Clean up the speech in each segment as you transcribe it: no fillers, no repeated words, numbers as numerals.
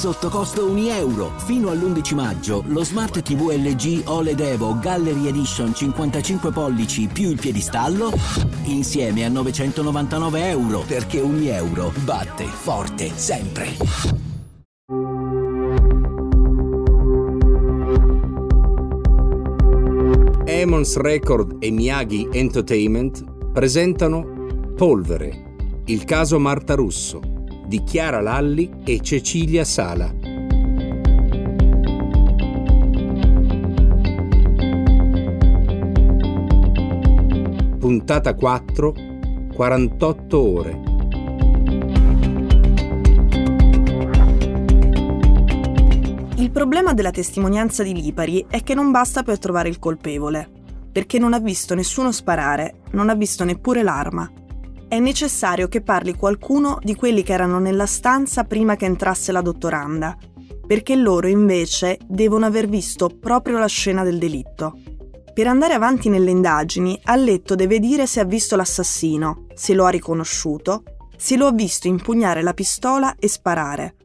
sotto costo €1. Fino all'11 maggio lo Smart TV LG OLED Evo Gallery Edition 55 pollici più il piedistallo insieme a €999, perché €1 batte forte sempre. Emons Record e Miyagi Entertainment presentano Polvere, il caso Marta Russo di Chiara Lalli e Cecilia Sala. Puntata 4, 48 ore. Il problema della testimonianza di Lipari è che non basta per trovare il colpevole, perché non ha visto nessuno sparare, non ha visto neppure l'arma. È necessario che parli qualcuno di quelli che erano nella stanza prima che entrasse la dottoranda, perché loro invece devono aver visto proprio la scena del delitto. Per andare avanti nelle indagini, Alletto deve dire se ha visto l'assassino, se lo ha riconosciuto, se lo ha visto impugnare la pistola e sparare.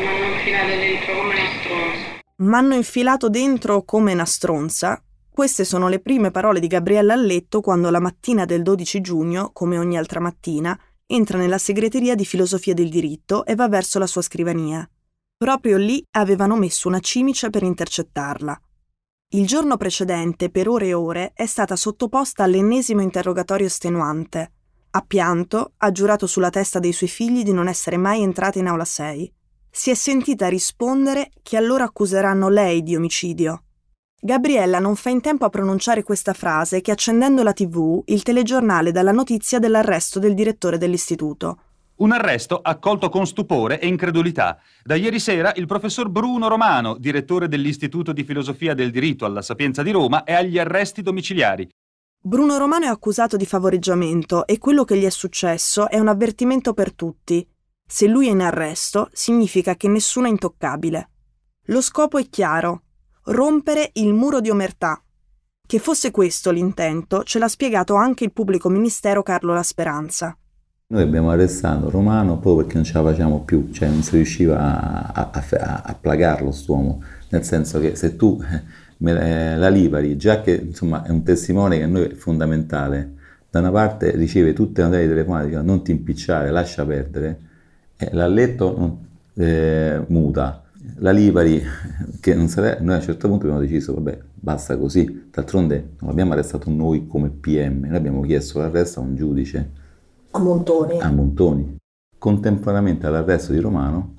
M'hanno infilato dentro come una stronza. Queste sono le prime parole di Gabriella Alletto quando la mattina del 12 giugno, come ogni altra mattina, entra nella segreteria di filosofia del diritto e va verso la sua scrivania. Proprio lì avevano messo una cimice per intercettarla. Il giorno precedente, per ore e ore, è stata sottoposta all'ennesimo interrogatorio estenuante. Ha pianto, ha giurato sulla testa dei suoi figli di non essere mai entrata in aula 6. Si è sentita rispondere che allora accuseranno lei di omicidio. Gabriella non fa in tempo a pronunciare questa frase che, accendendo la TV, il telegiornale dà la notizia dell'arresto del direttore dell'istituto. Un arresto accolto con stupore e incredulità. Da ieri sera il professor Bruno Romano, direttore dell'Istituto di Filosofia del Diritto alla Sapienza di Roma, è agli arresti domiciliari. Bruno Romano è accusato di favoreggiamento e quello che gli è successo è un avvertimento per tutti. Se lui è in arresto, significa che nessuno è intoccabile. Lo scopo è chiaro: rompere il muro di omertà. Che fosse questo l'intento, ce l'ha spiegato anche il pubblico ministero Carlo La Speranza. Noi abbiamo arrestato Romano proprio perché non ce la facciamo più, cioè non si riusciva a placarlo st'uomo, nel senso che se tu, la Lipari, già che insomma è un testimone che a noi è fondamentale, da una parte riceve tutte una serie di telefonate, dicono non ti impicciare, lascia perdere, l'Alletto muta. La Lipari, che non sapeva, noi a un certo punto abbiamo deciso, vabbè, basta così, d'altronde non l'abbiamo arrestato noi come PM, noi abbiamo chiesto l'arresto a un giudice. A Montoni. Contemporaneamente all'arresto di Romano,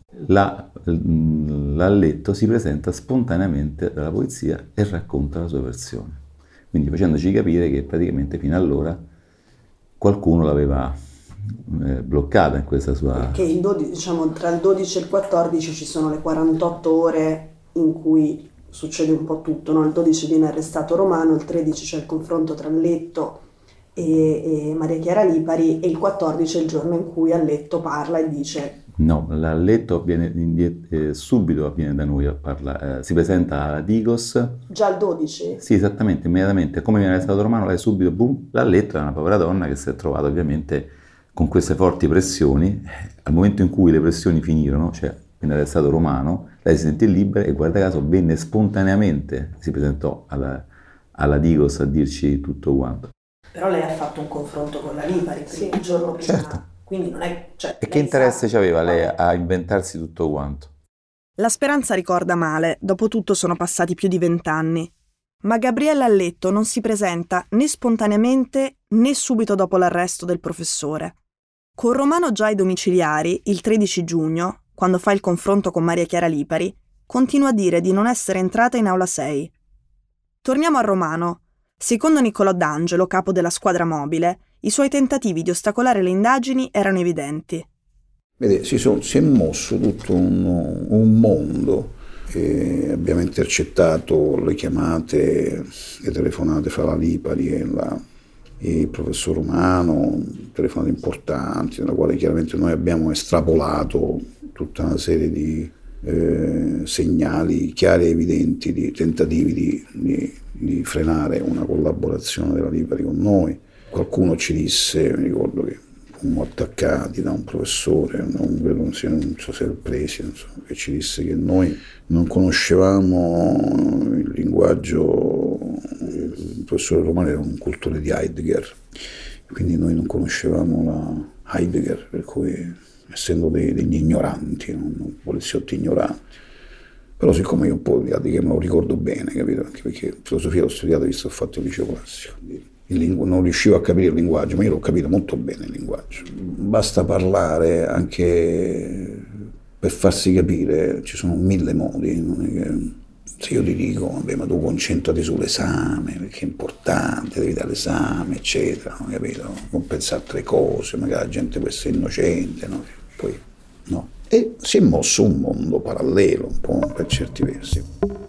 l'Alletto si presenta spontaneamente dalla polizia e racconta la sua versione, quindi facendoci capire che praticamente fino allora qualcuno l'aveva bloccata in questa sua... Perché tra il 12 e il 14 ci sono le 48 ore in cui succede un po' tutto, no? Il 12 viene arrestato Romano, il 13 c'è il confronto tra Alletto e Maria Chiara Lipari e il 14 è il giorno in cui Alletto parla e dice... No, l'Alletto subito viene da noi a parlare, si presenta alla Digos. Già il 12? Sì, esattamente, immediatamente, come viene arrestato Romano, lei subito, boom, l'Alletto è una povera donna che si è trovata ovviamente con queste forti pressioni. Al momento in cui le pressioni finirono, cioè viene arrestato Romano, lei si sentì libera e guarda caso venne spontaneamente, si presentò alla Digos a dirci tutto quanto. Però lei ha fatto un confronto con la Lipari il giorno prima, certo. Quindi non è... E che interesse c'aveva lei a inventarsi tutto quanto? La Speranza ricorda male, dopo tutto sono passati più di 20 anni. Ma Gabriella Alletto non si presenta né spontaneamente né subito dopo l'arresto del professore. Con Romano già ai domiciliari, il 13 giugno, quando fa il confronto con Maria Chiara Lipari, continua a dire di non essere entrata in aula 6. Torniamo a Romano. Secondo Niccolò D'Angelo, capo della squadra mobile, i suoi tentativi di ostacolare le indagini erano evidenti. Vede, si è mosso tutto un mondo. Abbiamo intercettato le chiamate, le telefonate fra la Lipari e il professor Romano, telefonate importanti, nella quale chiaramente noi abbiamo estrapolato tutta una serie di segnali chiari e evidenti di tentativi di frenare una collaborazione della Lipari con noi. Qualcuno ci disse, mi ricordo che fummo attaccati da un professore, non so se era il preside, che ci disse che noi non conoscevamo il linguaggio. Il professore Romano era un cultore di Heidegger, quindi noi non conoscevamo la Heidegger, per cui essendo degli ignoranti, poliziotti ignoranti. Però siccome io un po' di Heidegger me lo ricordo bene, capito? Anche perché filosofia l'ho studiata visto che ho fatto il liceo classico. Non riuscivo a capire il linguaggio, ma io l'ho capito molto bene il linguaggio. Basta parlare, anche per farsi capire ci sono 1000 modi. Non è che se io ti dico, vabbè, ma tu concentrati sull'esame, perché è importante, devi dare l'esame, eccetera, no? Capito? Non pensare a altre cose, magari la gente può essere innocente, no? Poi no. E si è mosso un mondo parallelo, un po' per certi versi.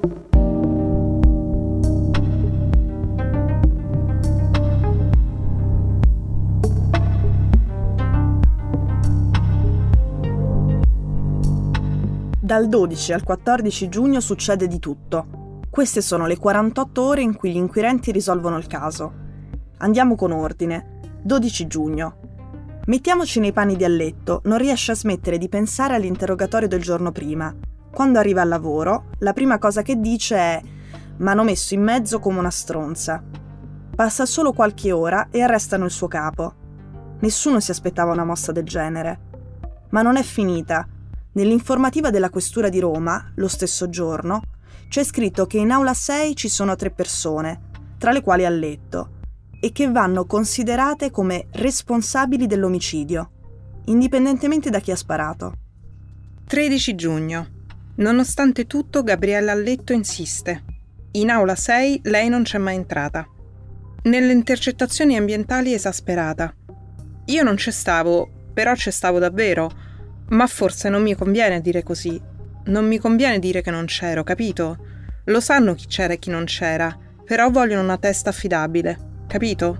Dal 12 al 14 giugno succede di tutto. Queste sono le 48 ore in cui gli inquirenti risolvono il caso. Andiamo con ordine. 12 giugno. Mettiamoci nei panni di Alletto, non riesce a smettere di pensare all'interrogatorio del giorno prima. Quando arriva al lavoro, la prima cosa che dice è «m'hanno messo in mezzo come una stronza». Passa solo qualche ora e arrestano il suo capo. Nessuno si aspettava una mossa del genere. Ma non è finita. Nell'informativa della Questura di Roma, lo stesso giorno, c'è scritto che in aula 6 ci sono 3 persone, tra le quali Alletto, e che vanno considerate come responsabili dell'omicidio, indipendentemente da chi ha sparato. 13 giugno. Nonostante tutto, Gabriella Alletto insiste. In aula 6 lei non c'è mai entrata. Nelle intercettazioni ambientali esasperata. Io non c'è stavo, però c'è stavo davvero. Ma forse non mi conviene dire così. Non mi conviene dire che non c'ero, capito? Lo sanno chi c'era e chi non c'era, però vogliono una testa affidabile, capito?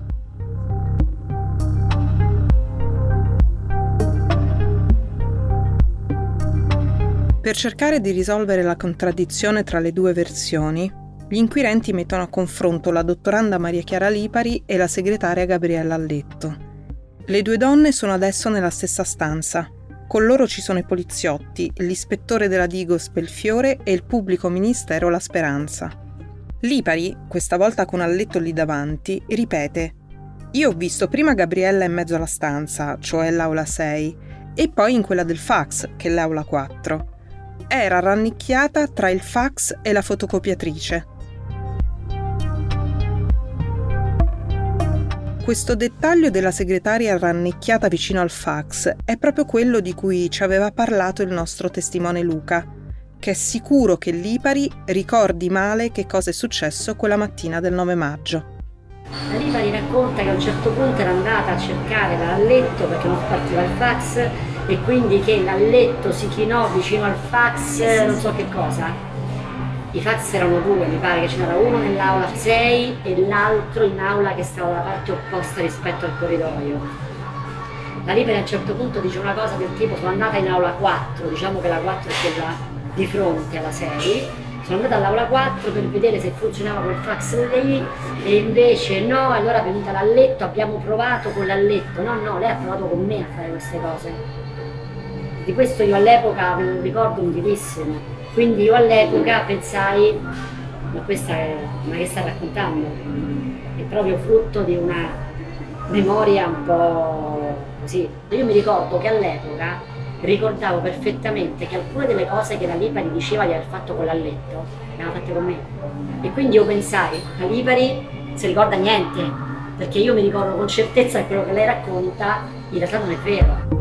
Per cercare di risolvere la contraddizione tra le due versioni, gli inquirenti mettono a confronto la dottoranda Maria Chiara Lipari e la segretaria Gabriella Alletto. Le due donne sono adesso nella stessa stanza. Con loro ci sono i poliziotti, l'ispettore della Digos Belfiore e il pubblico ministero La Speranza. Lipari, questa volta con Alletto lì davanti, ripete: «Io ho visto prima Gabriella in mezzo alla stanza, cioè l'aula 6, e poi in quella del fax, che è l'aula 4. Era rannicchiata tra il fax e la fotocopiatrice». Questo dettaglio della segretaria rannicchiata vicino al fax è proprio quello di cui ci aveva parlato il nostro testimone Luca, che è sicuro che Lipari ricordi male che cosa è successo quella mattina del 9 maggio. La Lipari racconta che a un certo punto era andata a cercare l'Alletto perché non partiva il fax e quindi che l'Alletto si chinò vicino al fax, non so che cosa. I fax erano 2, mi pare che ce n'era uno nell'aula 6 e l'altro in aula che stava dalla parte opposta rispetto al corridoio. La Lipari a un certo punto dice una cosa del tipo: sono andata in aula 4, diciamo che la 4 è quella di fronte alla 6, sono andata all'aula 4 per vedere se funzionava quel fax lì e invece no, allora è venuta l'Alletto, abbiamo provato con l'Alletto, no, lei ha provato con me a fare queste cose. Di questo io all'epoca avevo un ricordo nitidissimo. Quindi io all'epoca pensai, ma che sta raccontando? È proprio frutto di una memoria un po' così. Io mi ricordo che all'epoca ricordavo perfettamente che alcune delle cose che la Lipari diceva di aver fatto con l'Alletto le aveva fatte con me. E quindi io pensai, la Lipari non si ricorda niente, perché io mi ricordo con certezza che quello che lei racconta in realtà non è vero.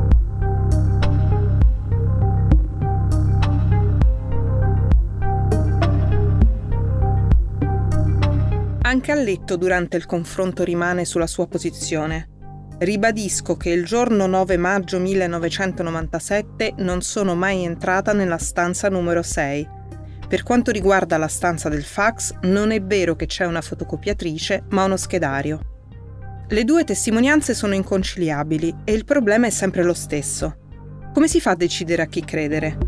Anche Alletto durante il confronto rimane sulla sua posizione. Ribadisco che il giorno 9 maggio 1997 non sono mai entrata nella stanza numero 6. Per quanto riguarda la stanza del fax, non è vero che c'è una fotocopiatrice, ma uno schedario. Le due testimonianze sono inconciliabili e il problema è sempre lo stesso. Come si fa a decidere a chi credere?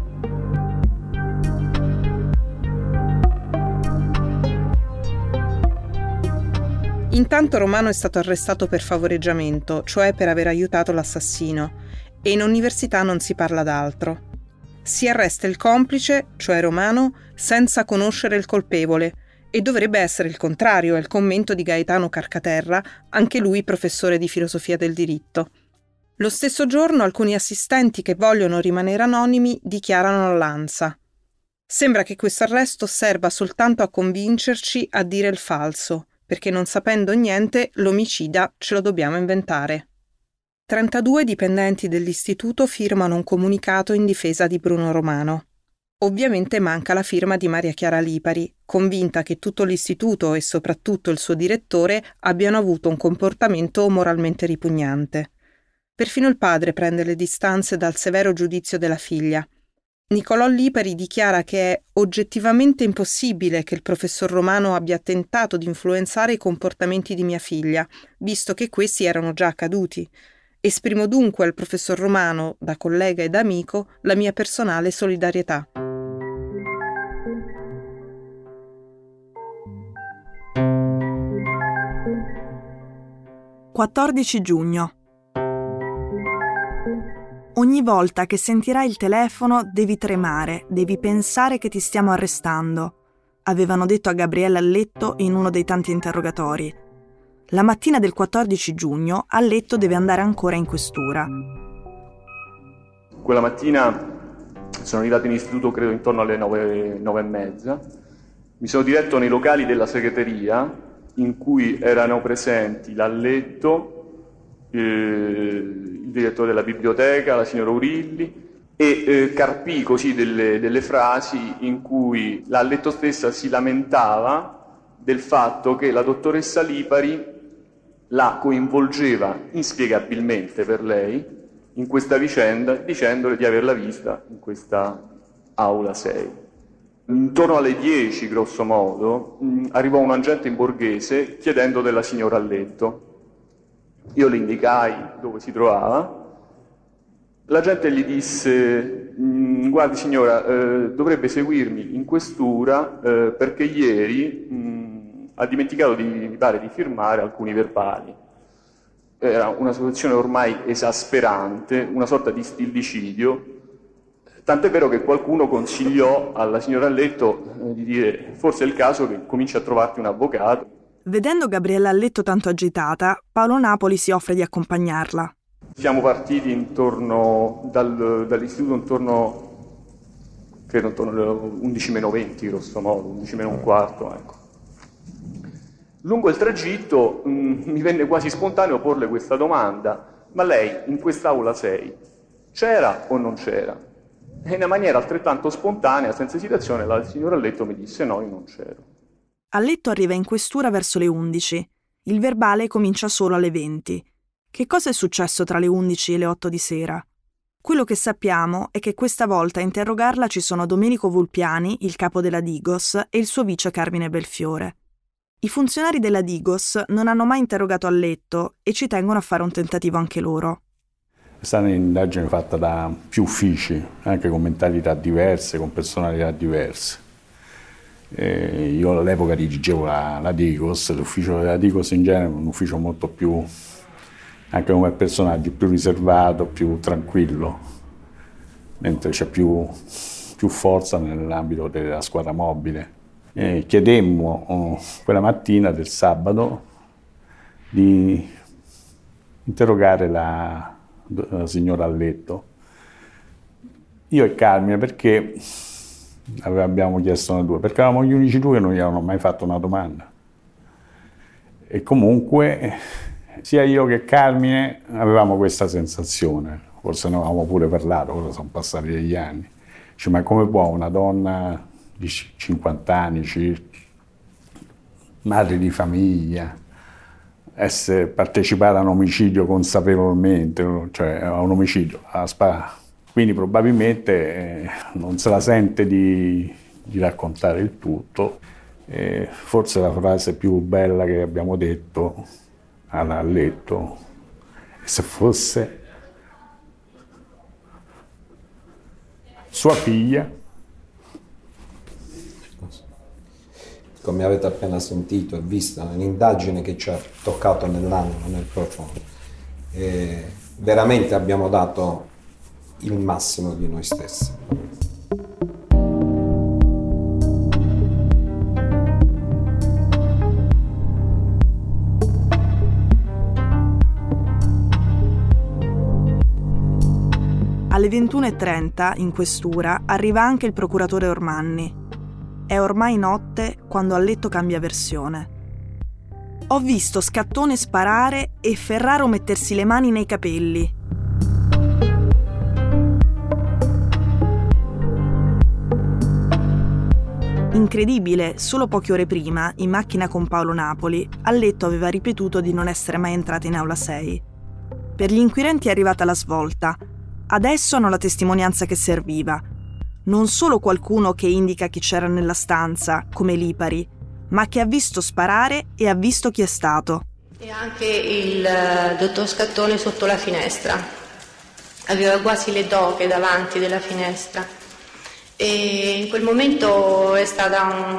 Intanto Romano è stato arrestato per favoreggiamento, cioè per aver aiutato l'assassino, e in università non si parla d'altro. Si arresta il complice, cioè Romano, senza conoscere il colpevole, e dovrebbe essere il contrario, è il commento di Gaetano Carcaterra, anche lui professore di filosofia del diritto. Lo stesso giorno alcuni assistenti che vogliono rimanere anonimi dichiarano all'ANSA. Sembra che questo arresto serva soltanto a convincerci a dire il falso, perché non sapendo niente l'omicida ce lo dobbiamo inventare. 32 dipendenti dell'istituto firmano un comunicato in difesa di Bruno Romano. Ovviamente manca la firma di Maria Chiara Lipari, convinta che tutto l'istituto e soprattutto il suo direttore abbiano avuto un comportamento moralmente ripugnante. Perfino il padre prende le distanze dal severo giudizio della figlia. Nicolò Lipari dichiara che è oggettivamente impossibile che il professor Romano abbia tentato di influenzare i comportamenti di mia figlia, visto che questi erano già accaduti. Esprimo dunque al professor Romano, da collega ed amico, la mia personale solidarietà. «14 giugno. Ogni volta che sentirai il telefono devi tremare, devi pensare che ti stiamo arrestando», avevano detto a Gabriella Alletto in uno dei tanti interrogatori. La mattina del 14 giugno Alletto deve andare ancora in questura. Quella mattina sono arrivato in istituto credo intorno alle 9:30. Mi sono diretto nei locali della segreteria in cui erano presenti l'Alletto, il direttore della biblioteca, la signora Urilli, e carpii così delle frasi in cui l'Alletto stessa si lamentava del fatto che la dottoressa Lipari la coinvolgeva inspiegabilmente per lei in questa vicenda, dicendole di averla vista in questa aula 6. Intorno alle 10, grosso modo, arrivò un agente in Borghese chiedendo della signora Alletto. Io le indicai dove si trovava. L'agente gli disse: guardi signora, dovrebbe seguirmi in questura perché ieri ha dimenticato mi pare di firmare alcuni verbali. Era una situazione ormai esasperante, una sorta di stillicidio, tant'è vero che qualcuno consigliò alla signora Alletto di dire: forse è il caso che cominci a trovarti un avvocato. Vedendo Gabriella Alletto tanto agitata, Paolo Napoli si offre di accompagnarla. Siamo partiti dall'istituto credo intorno alle 11:20, grosso modo, 11:15, ecco. Lungo il tragitto mi venne quasi spontaneo porle questa domanda: ma lei in quest'aula 6 c'era o non c'era? E in una maniera altrettanto spontanea, senza esitazione, la signora Alletto mi disse: no, io non c'ero. Alletto arriva in questura verso le 11. Il verbale comincia solo alle 20. Che cosa è successo tra le 11 e le 8 di sera? Quello che sappiamo è che questa volta a interrogarla ci sono Domenico Vulpiani, il capo della Digos, e il suo vice Carmine Belfiore. I funzionari della Digos non hanno mai interrogato Alletto e ci tengono a fare un tentativo anche loro. È stata un'indagine fatta da più uffici, anche con mentalità diverse, con personalità diverse. Io all'epoca dirigevo la Digos, l'ufficio della Digos in genere è un ufficio molto più, anche come personaggio, più riservato, più tranquillo, mentre c'è più forza nell'ambito della squadra mobile. Chiedemmo quella mattina del sabato di interrogare la signora Alletto, io e Carmine, perché abbiamo chiesto noi due, perché eravamo gli unici due che non gli avevano mai fatto una domanda, e comunque sia io che Carmine avevamo questa sensazione, forse ne avevamo pure parlato, ora sono passati degli anni. Cioè, ma come può una donna di 50 anni, madre di famiglia, partecipare a un omicidio consapevolmente, cioè a un omicidio, a sparare? Quindi probabilmente non se la sente di raccontare il tutto. Forse la frase più bella che abbiamo detto alla Alletto: se fosse sua figlia come avete appena sentito e visto, è un'indagine che ci ha toccato nell'anima, nel profondo. E veramente abbiamo dato il massimo di noi stessi. Alle 21:30, in questura, arriva anche il procuratore Ormanni. È ormai notte quando Alletto cambia versione. Ho visto Scattone sparare e Ferraro mettersi le mani nei capelli. Incredibile, solo poche ore prima, in macchina con Paolo Napoli, Alletto aveva ripetuto di non essere mai entrato in aula 6. Per gli inquirenti è arrivata la svolta. Adesso hanno la testimonianza che serviva. Non solo qualcuno che indica chi c'era nella stanza, come Lipari, ma che ha visto sparare e ha visto chi è stato. E anche il dottor Scattone sotto la finestra. Aveva quasi le doche davanti della finestra. E in quel momento è stata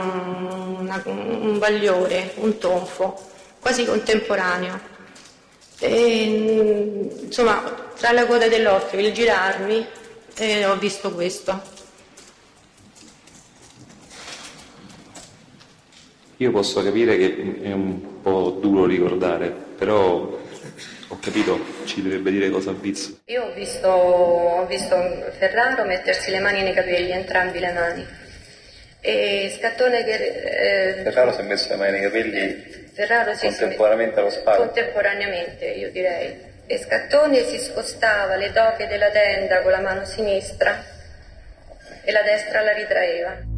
un bagliore, un tonfo, quasi contemporaneo. E, insomma, tra la coda dell'occhio e il girarmi ho visto questo. Io posso capire che è un po' duro ricordare, però ho capito, ci dovrebbe dire cosa ha visto. Io ho visto Ferraro mettersi le mani nei capelli, entrambi le mani. E Scattone che... Ferraro si è messo le mani nei capelli sì, contemporaneamente allo sparo? Contemporaneamente, io direi. E Scattone si scostava le doche della tenda con la mano sinistra e la destra la ritraeva.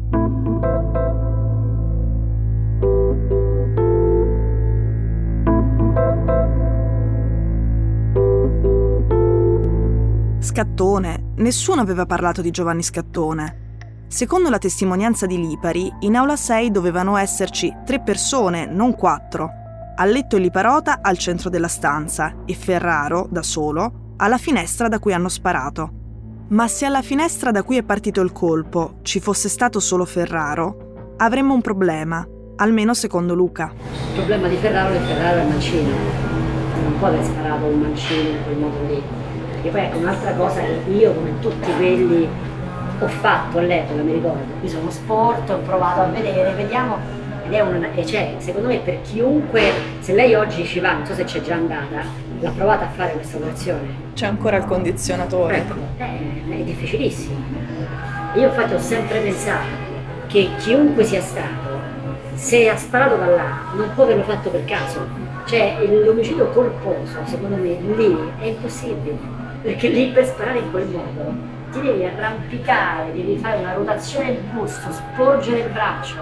Scattone. Nessuno aveva parlato di Giovanni Scattone. Secondo la testimonianza di Lipari, in aula 6 dovevano esserci 3 persone, non 4. Alletto e Liparota al centro della stanza e Ferraro, da solo, alla finestra da cui hanno sparato. Ma se alla finestra da cui è partito il colpo ci fosse stato solo Ferraro, avremmo un problema, almeno secondo Luca. Il problema di Ferraro è che Ferraro è mancino. Non può aver sparato un mancino in quel modo lì. Perché poi ecco un'altra cosa che io, come tutti quelli, ho fatto all'epoca, mi ricordo, mi sono sporto, ho provato a vedere, vediamo, ed è cioè, secondo me per chiunque, se lei oggi ci va, non so se c'è già andata, l'ha provata a fare questa operazione. C'è ancora il condizionatore. Ecco, è difficilissimo. Io infatti ho sempre pensato che chiunque sia stato, se ha sparato da là, non può averlo fatto per caso. Cioè l'omicidio colposo, secondo me, lì è impossibile, perché lì per sparare in quel modo ti devi arrampicare, devi fare una rotazione del busto, sporgere il braccio.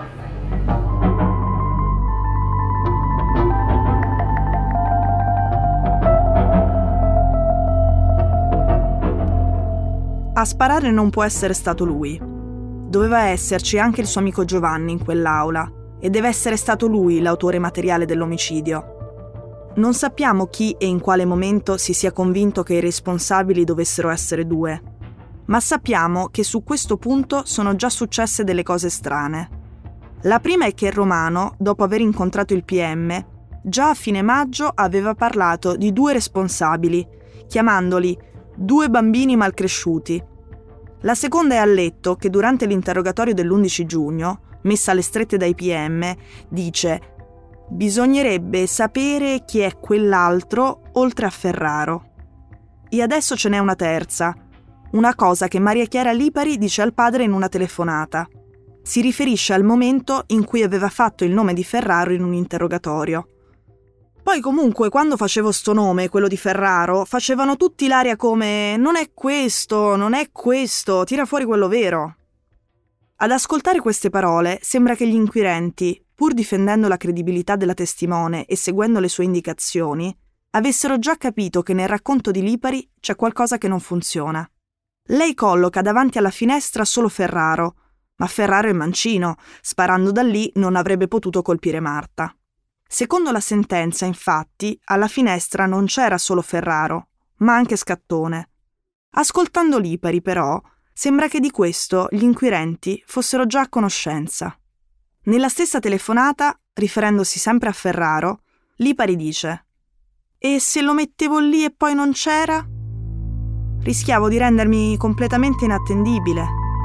A sparare non può essere stato lui. Doveva esserci anche il suo amico Giovanni in quell'aula e deve essere stato lui l'autore materiale dell'omicidio. Non sappiamo chi e in quale momento si sia convinto che i responsabili dovessero essere 2. Ma sappiamo che su questo punto sono già successe delle cose strane. La prima è che Romano, dopo aver incontrato il PM, già a fine maggio aveva parlato di 2 responsabili, chiamandoli 2 bambini malcresciuti. La seconda è Alletto, che durante l'interrogatorio dell'11 giugno, messa alle strette dai PM, dice: bisognerebbe sapere chi è quell'altro oltre a Ferraro. E adesso ce n'è una terza. Una cosa che Maria Chiara Lipari dice al padre in una telefonata. Si riferisce al momento in cui aveva fatto il nome di Ferraro in un interrogatorio. Poi comunque quando facevo sto nome, quello di Ferraro, facevano tutti l'aria come non è questo, tira fuori quello vero. Ad ascoltare queste parole sembra che gli inquirenti, pur difendendo la credibilità della testimone e seguendo le sue indicazioni, avessero già capito che nel racconto di Lipari c'è qualcosa che non funziona. Lei colloca davanti alla finestra solo Ferraro, ma Ferraro è mancino, sparando da lì non avrebbe potuto colpire Marta. Secondo la sentenza, infatti, alla finestra non c'era solo Ferraro, ma anche Scattone. Ascoltando Lipari, però, sembra che di questo gli inquirenti fossero già a conoscenza. Nella stessa telefonata, riferendosi sempre a Ferraro, Lipari dice: «E se lo mettevo lì e poi non c'era? Rischiavo di rendermi completamente inattendibile».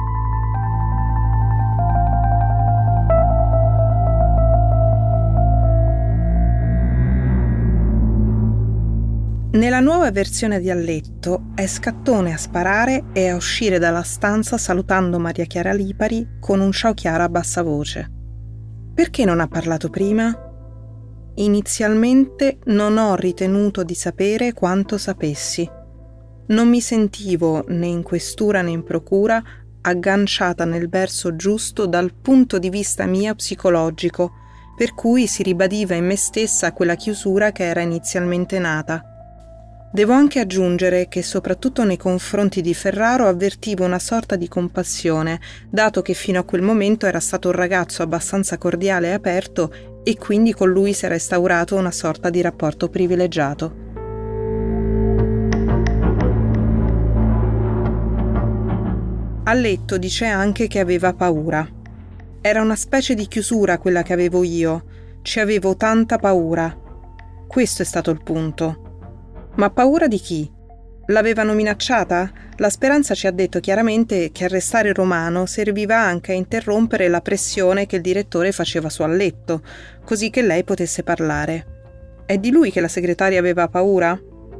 Nella nuova versione di Alletto è Scattone a sparare e a uscire dalla stanza salutando Maria Chiara Lipari con un ciao Chiara a bassa voce. Perché non ha parlato prima? Inizialmente non ho ritenuto di sapere quanto sapessi. Non mi sentivo, né in questura né in procura, agganciata nel verso giusto dal punto di vista mio psicologico, per cui si ribadiva in me stessa quella chiusura che era inizialmente nata. Devo anche aggiungere che soprattutto nei confronti di Ferraro avvertivo una sorta di compassione, dato che fino a quel momento era stato un ragazzo abbastanza cordiale e aperto e quindi con lui si era instaurato una sorta di rapporto privilegiato. Alletto dice anche che aveva paura. Era una specie di chiusura quella che avevo io, ci avevo tanta paura. Questo è stato il punto. Ma paura di chi? L'avevano minacciata? La Speranza ci ha detto chiaramente che arrestare Romano serviva anche a interrompere la pressione che il direttore faceva su Alletto, così che lei potesse parlare. È di lui che la segretaria aveva paura?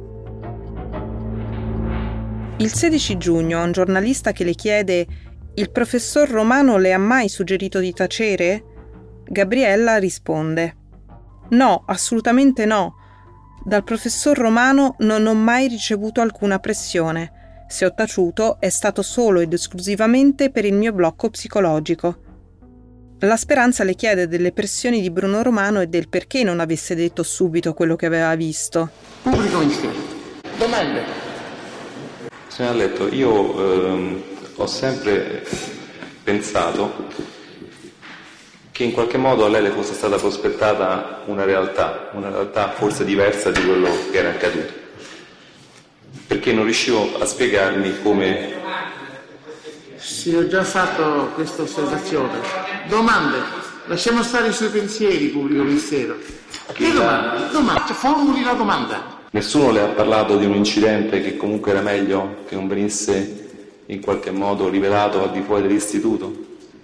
Il 16 giugno a un giornalista che le chiede: «Il professor Romano le ha mai suggerito di tacere?» Gabriella risponde: «No, assolutamente no. Dal professor Romano non ho mai ricevuto alcuna pressione. Se ho taciuto è stato solo ed esclusivamente per il mio blocco psicologico». La Speranza le chiede delle pressioni di Bruno Romano e del perché non avesse detto subito quello che aveva visto. Pubblico ministero. Domande. Signor Alletto, io ho sempre pensato che in qualche modo a lei le fosse stata prospettata una realtà forse diversa di quello che era accaduto, perché non riuscivo a spiegarmi come... Sì, ho già fatto questa osservazione. Domande. Lasciamo stare i suoi pensieri, pubblico ministero. Che domande? Domande. Formuli la domanda. Nessuno le ha parlato di un incidente che comunque era meglio che non venisse in qualche modo rivelato al di fuori dell'istituto?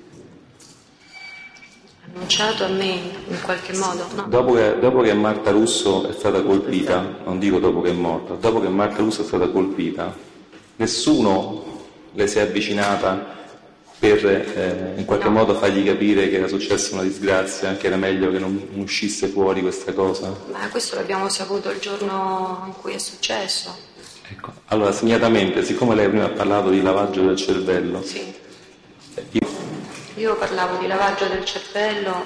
Annunciato a me in qualche modo, no? Dopo che Marta Russo è stata colpita, non dico dopo che è morta, dopo che Marta Russo è stata colpita, nessuno le si è avvicinata per in qualche modo fargli capire che era successa una disgrazia, che era meglio che non uscisse fuori questa cosa? Ma questo l'abbiamo saputo il giorno in cui è successo. Ecco, allora segnatamente, siccome lei prima ha parlato di lavaggio del cervello, sì. Io parlavo di lavaggio del cervello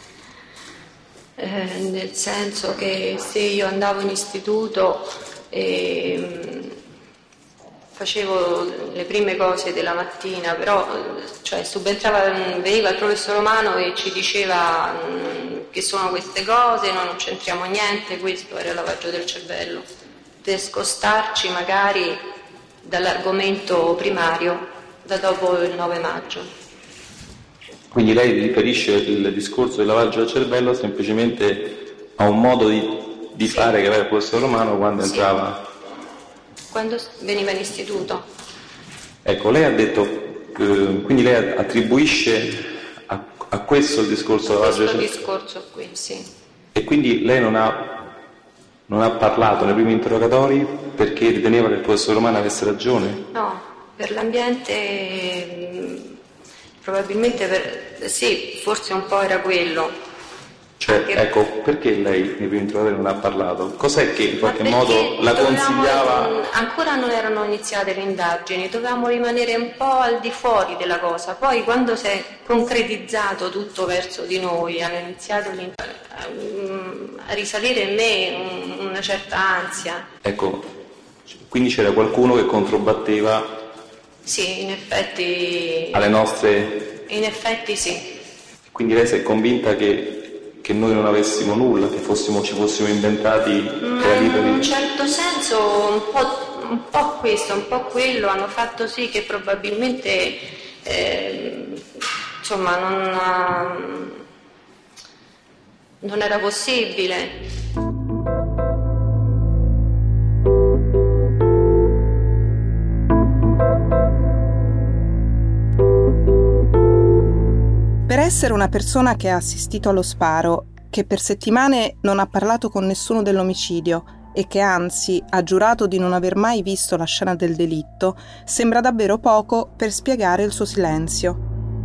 nel senso che se io andavo in istituto e facevo le prime cose della mattina, però veniva il professor Romano e ci diceva che sono queste cose, noi non c'entriamo niente, questo era il lavaggio del cervello, per scostarci magari dall'argomento primario da dopo il 9 maggio. Quindi lei riferisce il discorso del lavaggio del cervello semplicemente a un modo di fare che aveva il professor Romano quando entrava? Quando veniva in istituto. Ecco, lei ha detto, quindi lei attribuisce a questo il discorso del lavaggio del cervello? Questo discorso qui, sì. E quindi lei non ha parlato nei primi interrogatori perché riteneva che il professor Romano avesse ragione? No, per l'ambiente... Probabilmente sì, forse un po' era quello. Cioè, ecco, perché lei nei primi interrogatori non ha parlato? Cos'è che in qualche modo la consigliava? Ancora non erano iniziate le indagini, dovevamo rimanere un po' al di fuori della cosa. Poi quando si è concretizzato tutto verso di noi, hanno iniziato a risalire in me una certa ansia. Ecco, quindi c'era qualcuno che controbatteva? Sì, in effetti... Alle nostre... In effetti sì. Quindi lei si è convinta che noi non avessimo nulla, che ci fossimo inventati... in un certo senso un po' questo, un po' quello hanno fatto sì che probabilmente non era possibile. Per essere una persona che ha assistito allo sparo, che per settimane non ha parlato con nessuno dell'omicidio e che anzi ha giurato di non aver mai visto la scena del delitto, sembra davvero poco per spiegare il suo silenzio.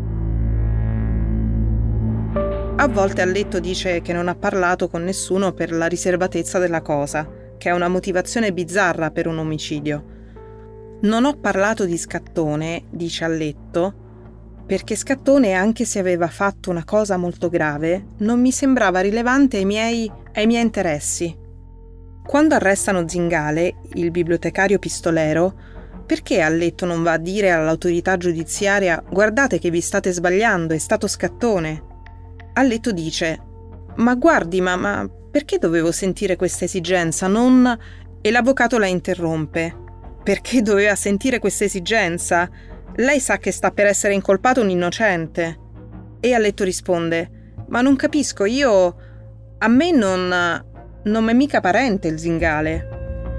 A volte Alletto dice che non ha parlato con nessuno per la riservatezza della cosa, che è una motivazione bizzarra per un omicidio. Non ho parlato di Scattone, dice Alletto, perché Scattone, anche se aveva fatto una cosa molto grave, non mi sembrava rilevante ai miei interessi. Quando arrestano Zingale, il bibliotecario pistolero, perché Alletto non va a dire all'autorità giudiziaria «Guardate che vi state sbagliando, è stato Scattone»? Alletto dice «Ma guardi, ma perché dovevo sentire questa esigenza? Non...» E l'avvocato la interrompe. «Perché doveva sentire questa esigenza? Lei sa che sta per essere incolpato un innocente». E Alletto risponde «Ma non capisco, a me non m'è mica parente il Zingale».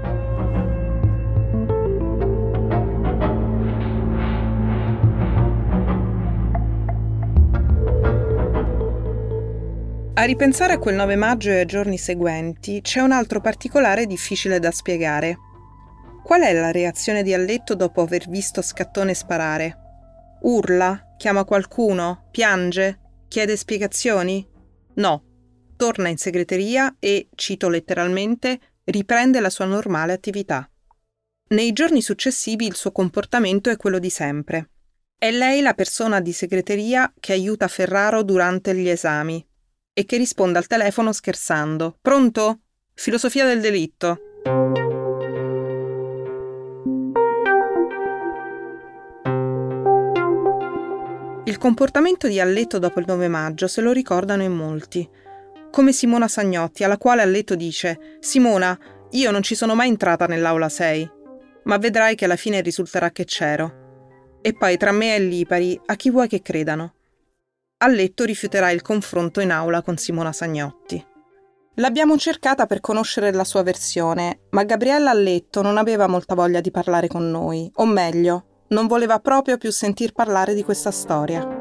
A ripensare a quel 9 maggio e ai giorni seguenti c'è un altro particolare difficile da spiegare. Qual è la reazione di Alletto dopo aver visto Scattone sparare? Urla? Chiama qualcuno? Piange? Chiede spiegazioni? No. Torna in segreteria e, cito letteralmente, riprende la sua normale attività. Nei giorni successivi il suo comportamento è quello di sempre. È lei la persona di segreteria che aiuta Ferraro durante gli esami e che risponde al telefono scherzando. «Pronto? Filosofia del delitto». Il comportamento di Alletto dopo il 9 maggio se lo ricordano in molti. Come Simona Sagnotti, alla quale Alletto dice «Simona, io non ci sono mai entrata nell'aula 6, ma vedrai che alla fine risulterà che c'ero. E poi tra me e Lipari, a chi vuoi che credano?» Alletto rifiuterà il confronto in aula con Simona Sagnotti. L'abbiamo cercata per conoscere la sua versione, ma Gabriella Alletto non aveva molta voglia di parlare con noi, o meglio, non voleva proprio più sentir parlare di questa storia.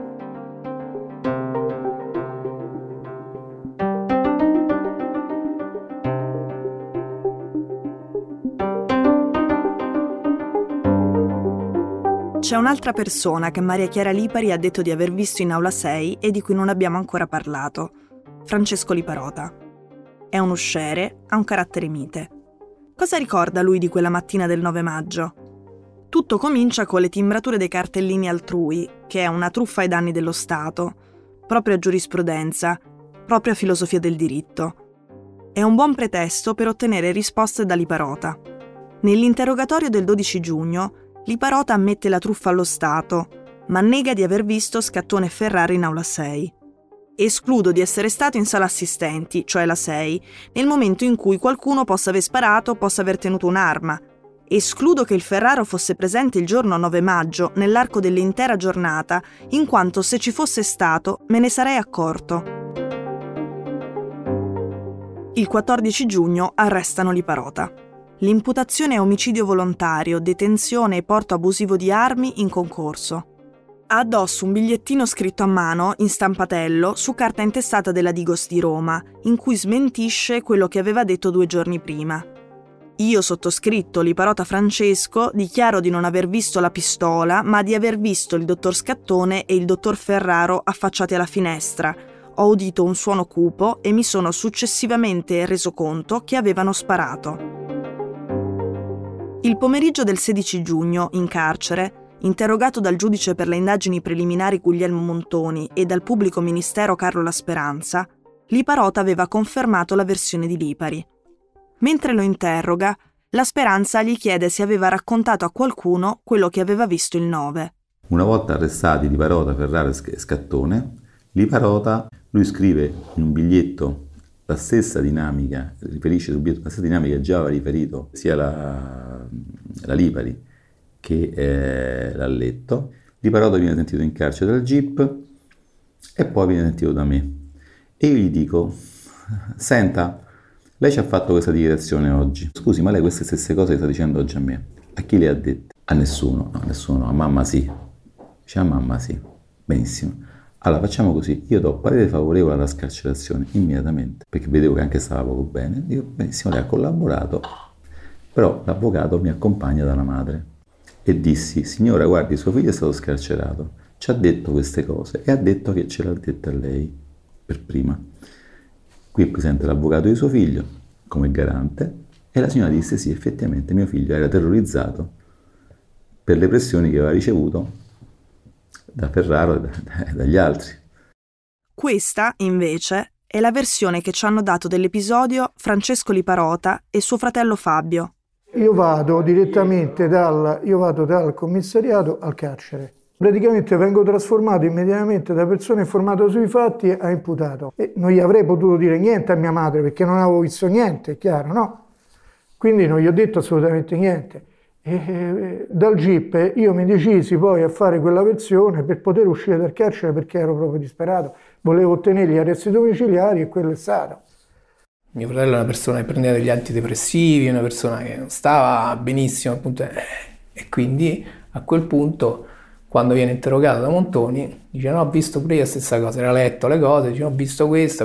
C'è un'altra persona che Maria Chiara Lipari ha detto di aver visto in aula 6 e di cui non abbiamo ancora parlato: Francesco Liparota. È un usciere, ha un carattere mite. Cosa ricorda lui di quella mattina del 9 maggio? Tutto comincia con le timbrature dei cartellini altrui, che è una truffa ai danni dello Stato, propria giurisprudenza, propria filosofia del diritto. È un buon pretesto per ottenere risposte da Liparota. Nell'interrogatorio del 12 giugno, Liparota ammette la truffa allo Stato, ma nega di aver visto Scattone e Ferraro in aula 6. Escludo di essere stato in sala assistenti, cioè la 6, nel momento in cui qualcuno possa aver sparato o possa aver tenuto un'arma. Escludo che il Ferraro fosse presente il giorno 9 maggio nell'arco dell'intera giornata, in quanto se ci fosse stato me ne sarei accorto. Il 14 giugno arrestano Liparota. L'imputazione è omicidio volontario, detenzione e porto abusivo di armi in concorso. Ha addosso un bigliettino scritto a mano, in stampatello, su carta intestata della Digos di Roma, in cui smentisce quello che aveva detto 2 giorni prima. Io, sottoscritto Liparota Francesco, dichiaro di non aver visto la pistola, ma di aver visto il dottor Scattone e il dottor Ferraro affacciati alla finestra. Ho udito un suono cupo e mi sono successivamente reso conto che avevano sparato. Il pomeriggio del 16 giugno, in carcere, interrogato dal giudice per le indagini preliminari Guglielmo Montoni e dal pubblico ministero Carlo La Speranza, Liparota aveva confermato la versione di Lipari. Mentre lo interroga, La Speranza gli chiede se aveva raccontato a qualcuno quello che aveva visto il 9. Una volta arrestati Liparota, Ferraro e Scattone, Liparota, lui scrive in un biglietto la stessa dinamica, riferisce sul biglietto la stessa dinamica che già aveva riferito sia la Lipari che l'Alletto. Liparota viene sentito in carcere dal GIP e poi viene sentito da me. E io gli dico: senta, lei ci ha fatto questa dichiarazione oggi. Scusi, ma lei queste stesse cose le sta dicendo oggi a me? A chi le ha dette? A nessuno. No, nessuno. A mamma sì. Dice a mamma sì. Benissimo. Allora facciamo così, io do parere favorevole alla scarcerazione immediatamente, perché vedevo che anche stava poco bene. Dico, benissimo, lei ha collaborato, però l'avvocato mi accompagna dalla madre. E dissi, signora, guardi, suo figlio è stato scarcerato, ci ha detto queste cose e ha detto che ce l'ha detta a lei per prima. Qui è presente l'avvocato di suo figlio come garante e la signora disse sì, effettivamente mio figlio era terrorizzato per le pressioni che aveva ricevuto da Ferraro e dagli altri. Questa, invece, è la versione che ci hanno dato dell'episodio Francesco Liparota e suo fratello Fabio. Io vado direttamente dal commissariato al carcere. Praticamente vengo trasformato immediatamente da persona informata sui fatti a imputato. E non gli avrei potuto dire niente a mia madre perché non avevo visto niente, è chiaro, no? Quindi non gli ho detto assolutamente niente. E dal GIP io mi decisi poi a fare quella versione per poter uscire dal carcere perché ero proprio disperato. Volevo ottenere gli arresti domiciliari e quello è stato. Mio fratello è una persona che prendeva degli antidepressivi, una persona che non stava benissimo, appunto, e quindi a quel punto, quando viene interrogato da Montoni, dice no, ho visto pure io la stessa cosa, era letto le cose, dice ho visto questo.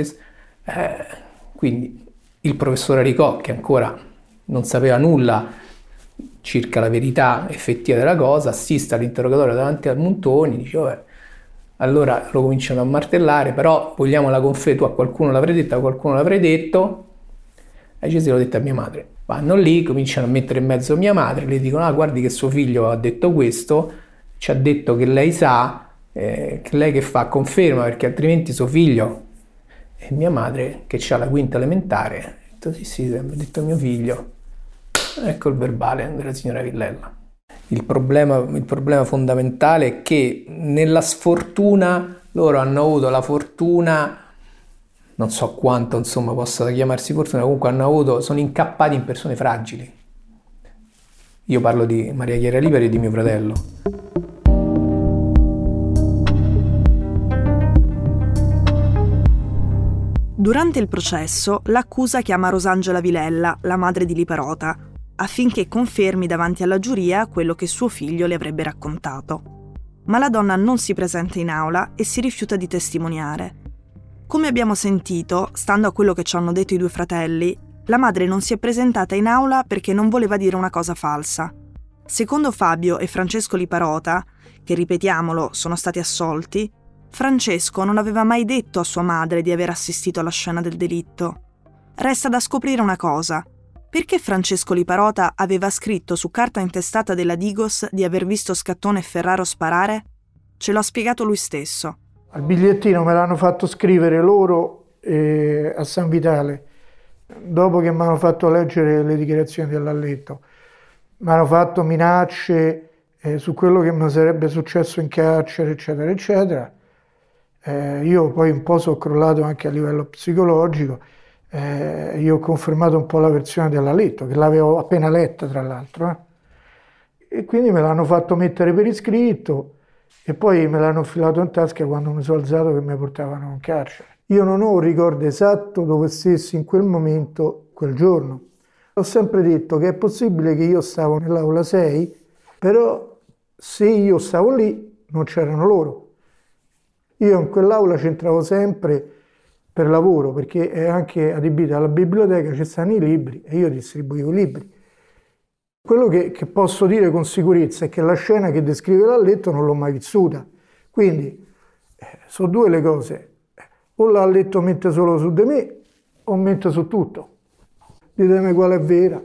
Quindi il professore Ricò, che ancora non sapeva nulla circa la verità effettiva della cosa, assiste all'interrogatorio davanti a Montoni, dice vabbè, allora lo cominciano a martellare, però vogliamo la conferma, tu a qualcuno l'avrei detto, a qualcuno l'avrei detto, e dice sì, l'ho detto a mia madre. Vanno lì, cominciano a mettere in mezzo mia madre, le dicono guardi che suo figlio ha detto questo, ci ha detto che lei sa, che lei che fa conferma perché altrimenti suo figlio, e mia madre che ha la quinta elementare, ha detto sì, ha detto mio figlio. Ecco il verbale della signora Villella. Il problema fondamentale è che nella sfortuna loro hanno avuto la fortuna, non so quanto insomma possa chiamarsi fortuna, comunque sono incappati in persone fragili. Io parlo di Maria Chiara Lipari e di mio fratello. Durante il processo, l'accusa chiama Rosangela Vilella, la madre di Liparota, affinché confermi davanti alla giuria quello che suo figlio le avrebbe raccontato. Ma la donna non si presenta in aula e si rifiuta di testimoniare. Come abbiamo sentito, stando a quello che ci hanno detto i due fratelli, la madre non si è presentata in aula perché non voleva dire una cosa falsa. Secondo Fabio e Francesco Liparota, che ripetiamolo sono stati assolti, Francesco non aveva mai detto a sua madre di aver assistito alla scena del delitto. Resta da scoprire una cosa. Perché Francesco Liparota aveva scritto su carta intestata della Digos di aver visto Scattone e Ferraro sparare? Ce l'ha spiegato lui stesso. Al bigliettino me l'hanno fatto scrivere loro a San Vitale, dopo che mi hanno fatto leggere le dichiarazioni dell'Alletto. Mi hanno fatto minacce su quello che mi sarebbe successo in carcere, eccetera, eccetera. Io poi un po' sono crollato anche a livello psicologico. Io ho confermato un po' la versione dell'Aletto, che l'avevo appena letta tra l'altro, e quindi me l'hanno fatto mettere per iscritto e poi me l'hanno filato in tasca quando mi sono alzato che mi portavano in carcere. Io non ho un ricordo esatto dove stessi in quel momento, quel giorno. Ho sempre detto che è possibile che io stavo nell'aula 6, però se io stavo lì non c'erano loro. Io in quell'aula c'entravo sempre per lavoro, perché è anche adibita alla biblioteca, ci stanno i libri e io distribuivo i libri. Quello che posso dire con sicurezza è che la scena che descrive l'Alletto non l'ho mai vissuta. Quindi sono due le cose. O l'Alletto mente solo su di me o mente su tutto. Ditemi quale è vera.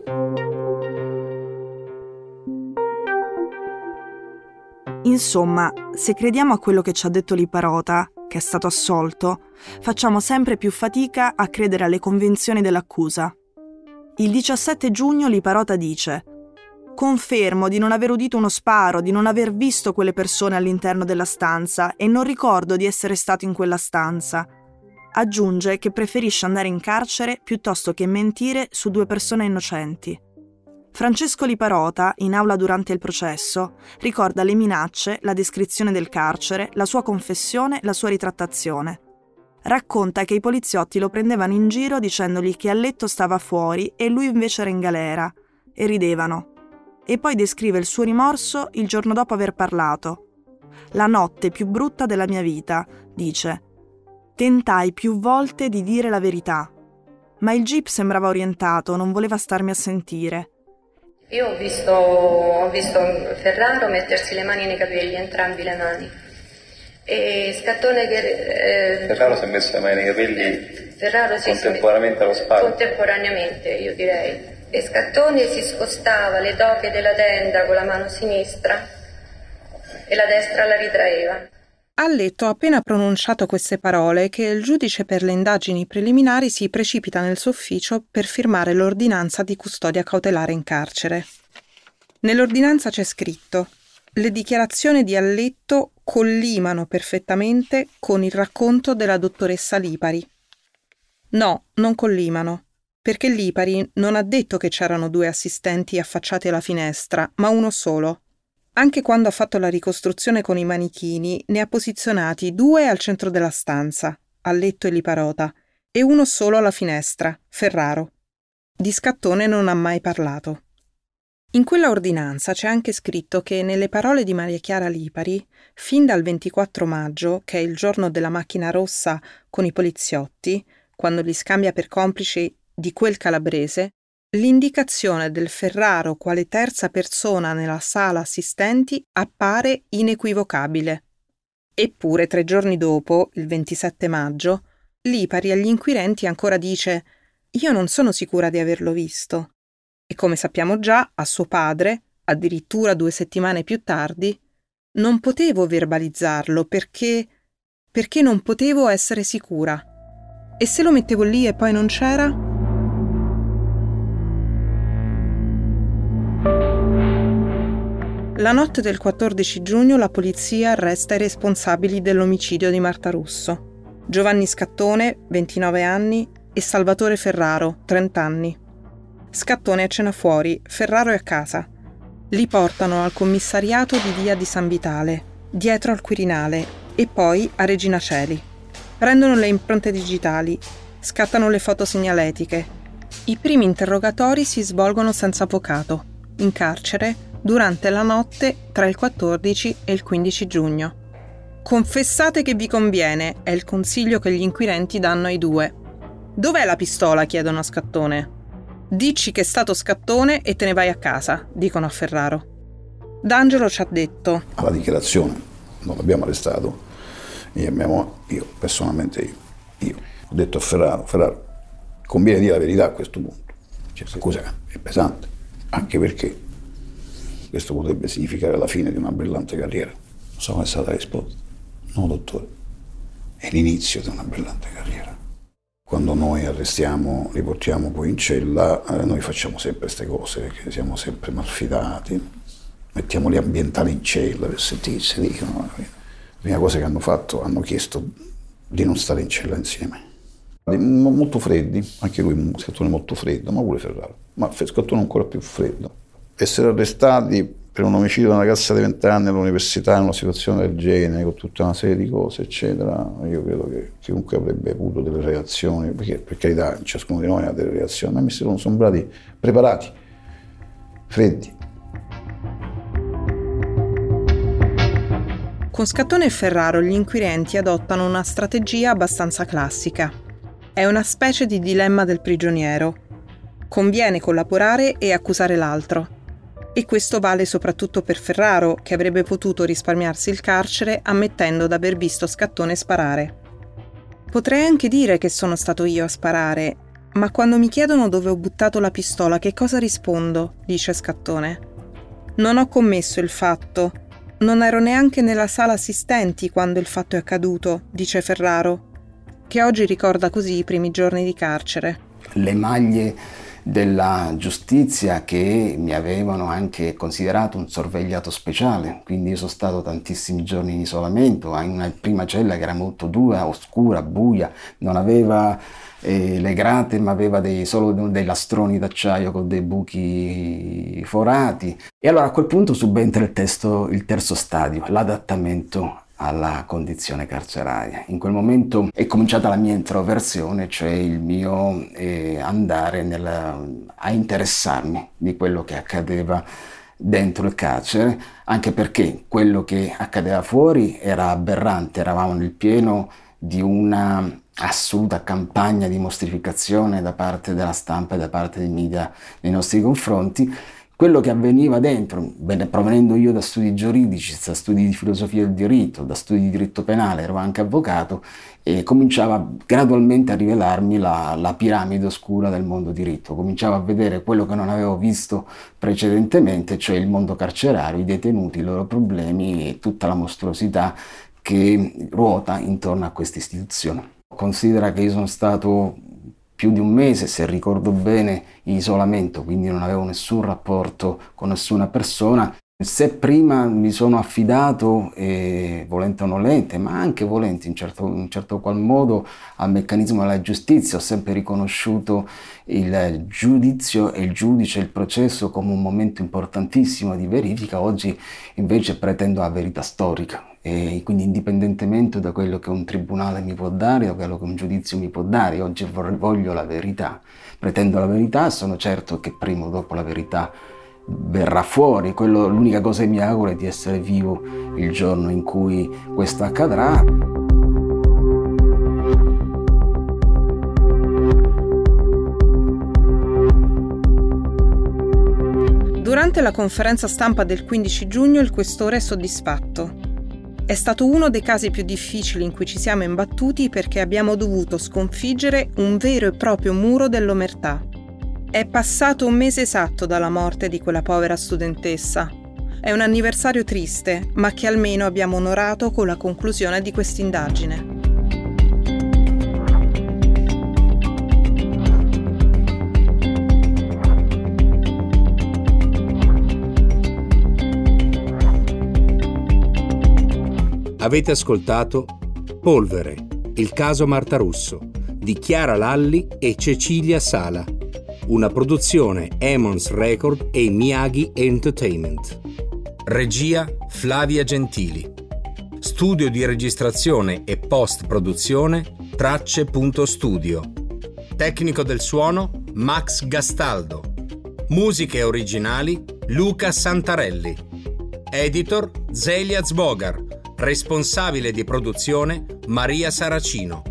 Insomma, se crediamo a quello che ci ha detto Liparota, che è stato assolto, facciamo sempre più fatica a credere alle convenzioni dell'accusa. Il 17 giugno Liparota dice: «Confermo di non aver udito uno sparo, di non aver visto quelle persone all'interno della stanza e non ricordo di essere stato in quella stanza». Aggiunge che preferisce andare in carcere piuttosto che mentire su due persone innocenti. Francesco Liparota, in aula durante il processo, ricorda le minacce, la descrizione del carcere, la sua confessione, la sua ritrattazione. Racconta che i poliziotti lo prendevano in giro dicendogli che a letto stava fuori e lui invece era in galera, e ridevano. E poi descrive il suo rimorso il giorno dopo aver parlato. La notte più brutta della mia vita, dice. Tentai più volte di dire la verità, ma il jeep sembrava orientato, non voleva starmi a sentire. Io ho visto Ferraro mettersi le mani nei capelli, entrambi le mani. E Scattone che... Ferraro si è messo le mani nei capelli Ferraro contemporaneamente allo sparo. Contemporaneamente, io direi. E Scattone si scostava le doche della tenda con la mano sinistra e la destra la ritraeva. Ha letto appena pronunciato queste parole che il giudice per le indagini preliminari si precipita nel suo ufficio per firmare l'ordinanza di custodia cautelare in carcere. Nell'ordinanza c'è scritto: le dichiarazioni di Alletto collimano perfettamente con il racconto della dottoressa Lipari. No, non collimano, perché Lipari non ha detto che c'erano 2 assistenti affacciati alla finestra, ma uno solo. Anche quando ha fatto la ricostruzione con i manichini, ne ha posizionati 2 al centro della stanza, Alletto e Liparota, e uno solo alla finestra, Ferraro. Di Scattone non ha mai parlato. In quella ordinanza c'è anche scritto che nelle parole di Maria Chiara Lipari, fin dal 24 maggio, che è il giorno della macchina rossa con i poliziotti, quando li scambia per complici di quel calabrese, l'indicazione del Ferraro quale terza persona nella sala assistenti appare inequivocabile. Eppure 3 giorni dopo, il 27 maggio, Lipari agli inquirenti ancora dice: «Io non sono sicura di averlo visto». E come sappiamo già, a suo padre, addirittura 2 settimane più tardi, non potevo verbalizzarlo perché non potevo essere sicura. E se lo mettevo lì e poi non c'era? La notte del 14 giugno la polizia arresta i responsabili dell'omicidio di Marta Russo: Giovanni Scattone, 29 anni, e Salvatore Ferraro, 30 anni. Scattone è a cena fuori, Ferraro è a casa. Li portano al commissariato di via di San Vitale, dietro al Quirinale, e poi a Regina Coeli. Prendono le impronte digitali, scattano le foto segnaletiche. I primi interrogatori si svolgono senza avvocato, in carcere, durante la notte tra il 14 e il 15 giugno. Confessate che vi conviene, è il consiglio che gli inquirenti danno ai 2. Dov'è la pistola? Chiedono a Scattone. Dici che è stato Scattone e te ne vai a casa, dicono a Ferraro. D'Angelo ci ha detto: alla dichiarazione non l'abbiamo arrestato, io personalmente ho detto a Ferraro, conviene dire la verità a questo punto. Cioè, scusa, è pesante, anche perché questo potrebbe significare la fine di una brillante carriera. Non so come è stata la risposta. No, dottore, è l'inizio di una brillante carriera. Quando noi arrestiamo, li portiamo poi in cella, noi facciamo sempre queste cose, perché siamo sempre malfidati, mettiamo gli ambientali in cella per sentirsi, dicono. La prima cosa che hanno fatto, hanno chiesto di non stare in cella insieme. Molto freddi, anche lui, Scattone molto freddo, ma pure Ferraro, ma Scattone ancora più freddo. Essere arrestati per un omicidio di una ragazza di 20 anni all'università in una situazione del genere, con tutta una serie di cose, eccetera, io credo che chiunque avrebbe avuto delle reazioni, perché per carità ciascuno di noi ha delle reazioni, ma mi sono sembrati preparati, freddi. Con Scattone e Ferraro gli inquirenti adottano una strategia abbastanza classica. È una specie di dilemma del prigioniero. Conviene collaborare e accusare l'altro. E questo vale soprattutto per Ferraro, che avrebbe potuto risparmiarsi il carcere ammettendo d'aver visto Scattone sparare. Potrei anche dire che sono stato io a sparare, ma quando mi chiedono dove ho buttato la pistola, che cosa rispondo? Dice Scattone. Non ho commesso il fatto. Non ero neanche nella sala assistenti quando il fatto è accaduto, dice Ferraro, che oggi ricorda così i primi giorni di carcere. Le maglie della giustizia che mi avevano anche considerato un sorvegliato speciale, quindi io sono stato tantissimi giorni in isolamento, in una prima cella che era molto dura, oscura, buia, non aveva le grate ma aveva solo dei lastroni d'acciaio con dei buchi forati. E allora a quel punto subentra il terzo stadio, l'adattamento alla condizione carceraria. In quel momento è cominciata la mia introversione, cioè il mio andare a interessarmi di quello che accadeva dentro il carcere, anche perché quello che accadeva fuori era aberrante, eravamo nel pieno di una assoluta campagna di mostrificazione da parte della stampa e da parte dei media nei nostri confronti. Quello che avveniva dentro, provenendo io da studi giuridici, da studi di filosofia del diritto, da studi di diritto penale, ero anche avvocato, e cominciava gradualmente a rivelarmi la piramide oscura del mondo diritto. Cominciavo a vedere quello che non avevo visto precedentemente, cioè il mondo carcerario, i detenuti, i loro problemi e tutta la mostruosità che ruota intorno a questa istituzione. Considera che io sono stato più di un mese, se ricordo bene, in isolamento, quindi non avevo nessun rapporto con nessuna persona. Se prima mi sono affidato, volente o nolente, ma anche volente in certo qual modo, al meccanismo della giustizia, ho sempre riconosciuto il giudizio e il giudice, il processo come un momento importantissimo di verifica. Oggi invece pretendo la verità storica. E quindi indipendentemente da quello che un tribunale mi può dare, da quello che un giudizio mi può dare, oggi voglio la verità, pretendo la verità e sono certo che prima o dopo la verità verrà fuori. L'unica cosa che mi auguro è di essere vivo il giorno in cui questo accadrà. Durante la conferenza stampa del 15 giugno il questore è soddisfatto. È stato uno dei casi più difficili in cui ci siamo imbattuti perché abbiamo dovuto sconfiggere un vero e proprio muro dell'omertà. È passato un mese esatto dalla morte di quella povera studentessa. È un anniversario triste, ma che almeno abbiamo onorato con la conclusione di quest'indagine. Avete ascoltato Polvere, il caso Martarusso, di Chiara Lalli e Cecilia Sala, una produzione Emons Record e Miyagi Entertainment. Regia Flavia Gentili. Studio di registrazione e post-produzione Tracce.studio. Tecnico del suono Max Gastaldo. Musiche originali Luca Santarelli. Editor Zelia Zbogar. Responsabile di produzione Maria Saracino.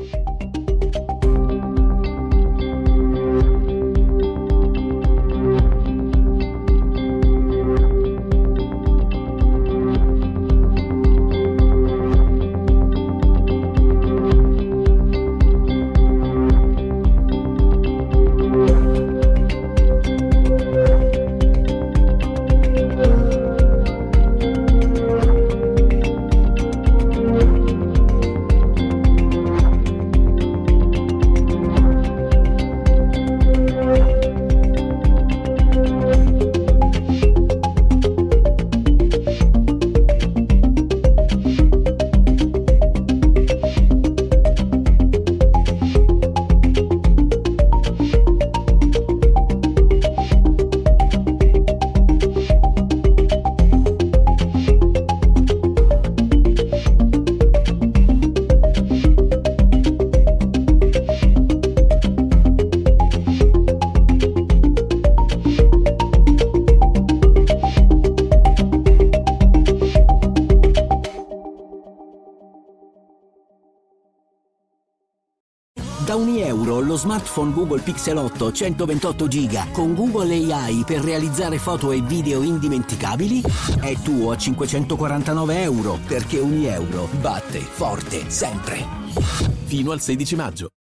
Da €1 lo smartphone Google Pixel 8 128 GB con Google AI per realizzare foto e video indimenticabili è tuo a €549, perché €1 batte forte sempre. Fino al 16 maggio.